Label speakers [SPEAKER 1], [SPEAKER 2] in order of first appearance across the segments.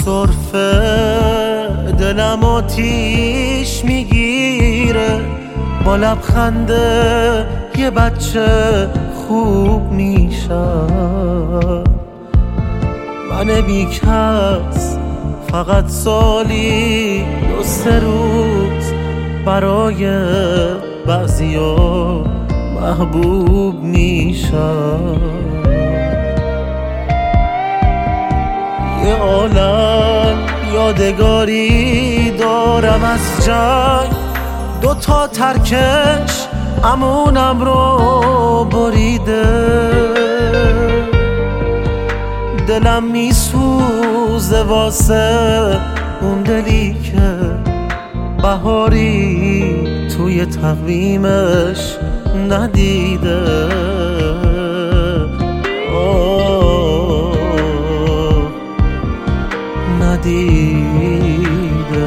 [SPEAKER 1] سرفه دلم آتیش میگیره، با لبخنده یه بچه خوب میشم. من بیکس فقط سالی 2-3 روز برای بعضیا محبوب میشم. یه عالم یادگاری دارم از جنگ، 2 ترکش امونم رو بریده. دلم میسوزه واسه اون دلی که بهاری توی تقویمش ندیده. ندیده.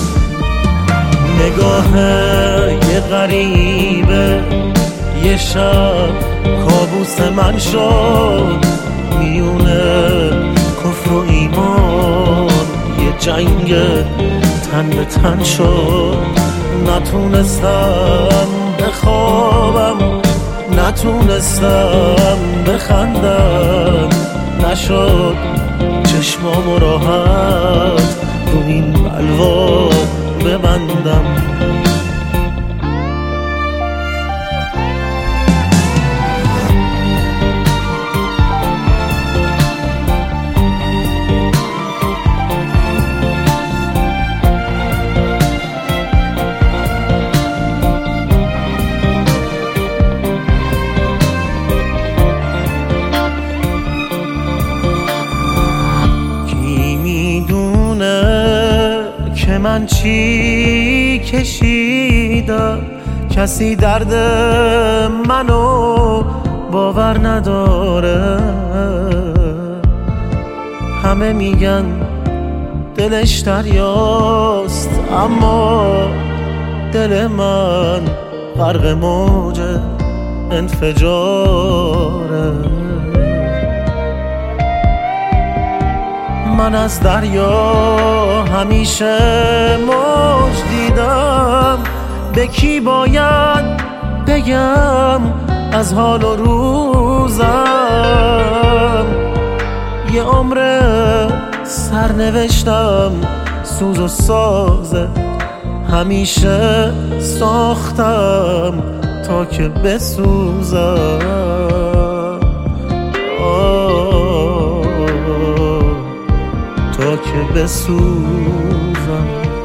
[SPEAKER 1] نگاه یه غریبه یه شب کابوس من شد، میونه کفر و ایمان یه جنگ تن به تن شد. نتونستم بخوابم، نتونستم بخندم، نشد چشمامو راحت رو این بلوا ببندم. که من چی کشیدم، کسی درد منو باور نداره. همه میگن دلش دریاست، اما دل من غرق موج انفجاره. من از دریا همیشه موج دیدم، به کی باید بگم از حال و روزم؟ یه عمر سرنوشتم سوز و سازه، همیشه ساختم تا که بسوزم. تا که بسوزم.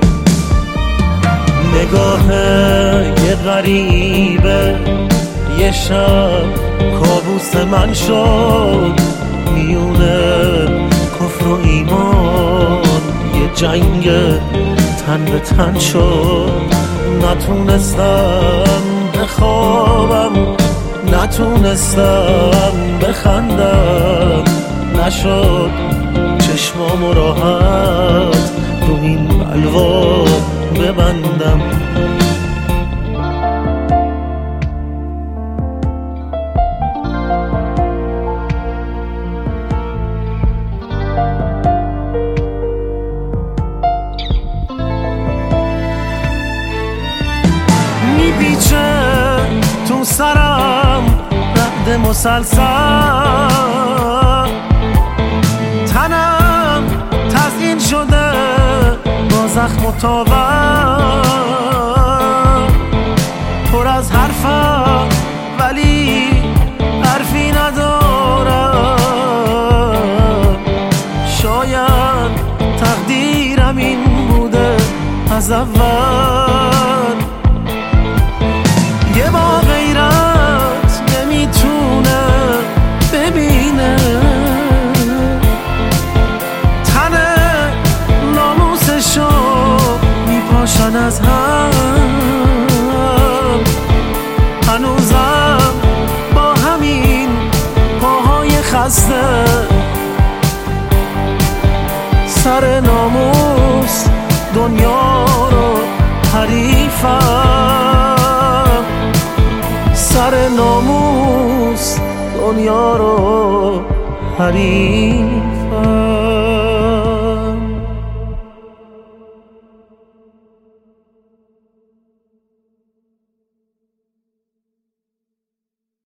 [SPEAKER 1] نگاه یه غریبه یه شب کابوس من شد، میونه کفر و ایمان یه جنگ تن به تن شد. نتونستم بخوابم، نتونستم بخندم، نشد چشمامو راحت رو این بلوا ببندم. میپیچه تو سرم رعد مسلسل، تنم تزیین شده با زخم و تاور. پر از حرفم ولی حرفی ندارم. شاید تقدیرم این بوده از اول. یه با غیرت نمیتونه ببینه، میپاشن از هم. هنوزم با همین پاهای خسته، سر ناموس دنیا رو حریفم. سر ناموس دنیا رو حریفم.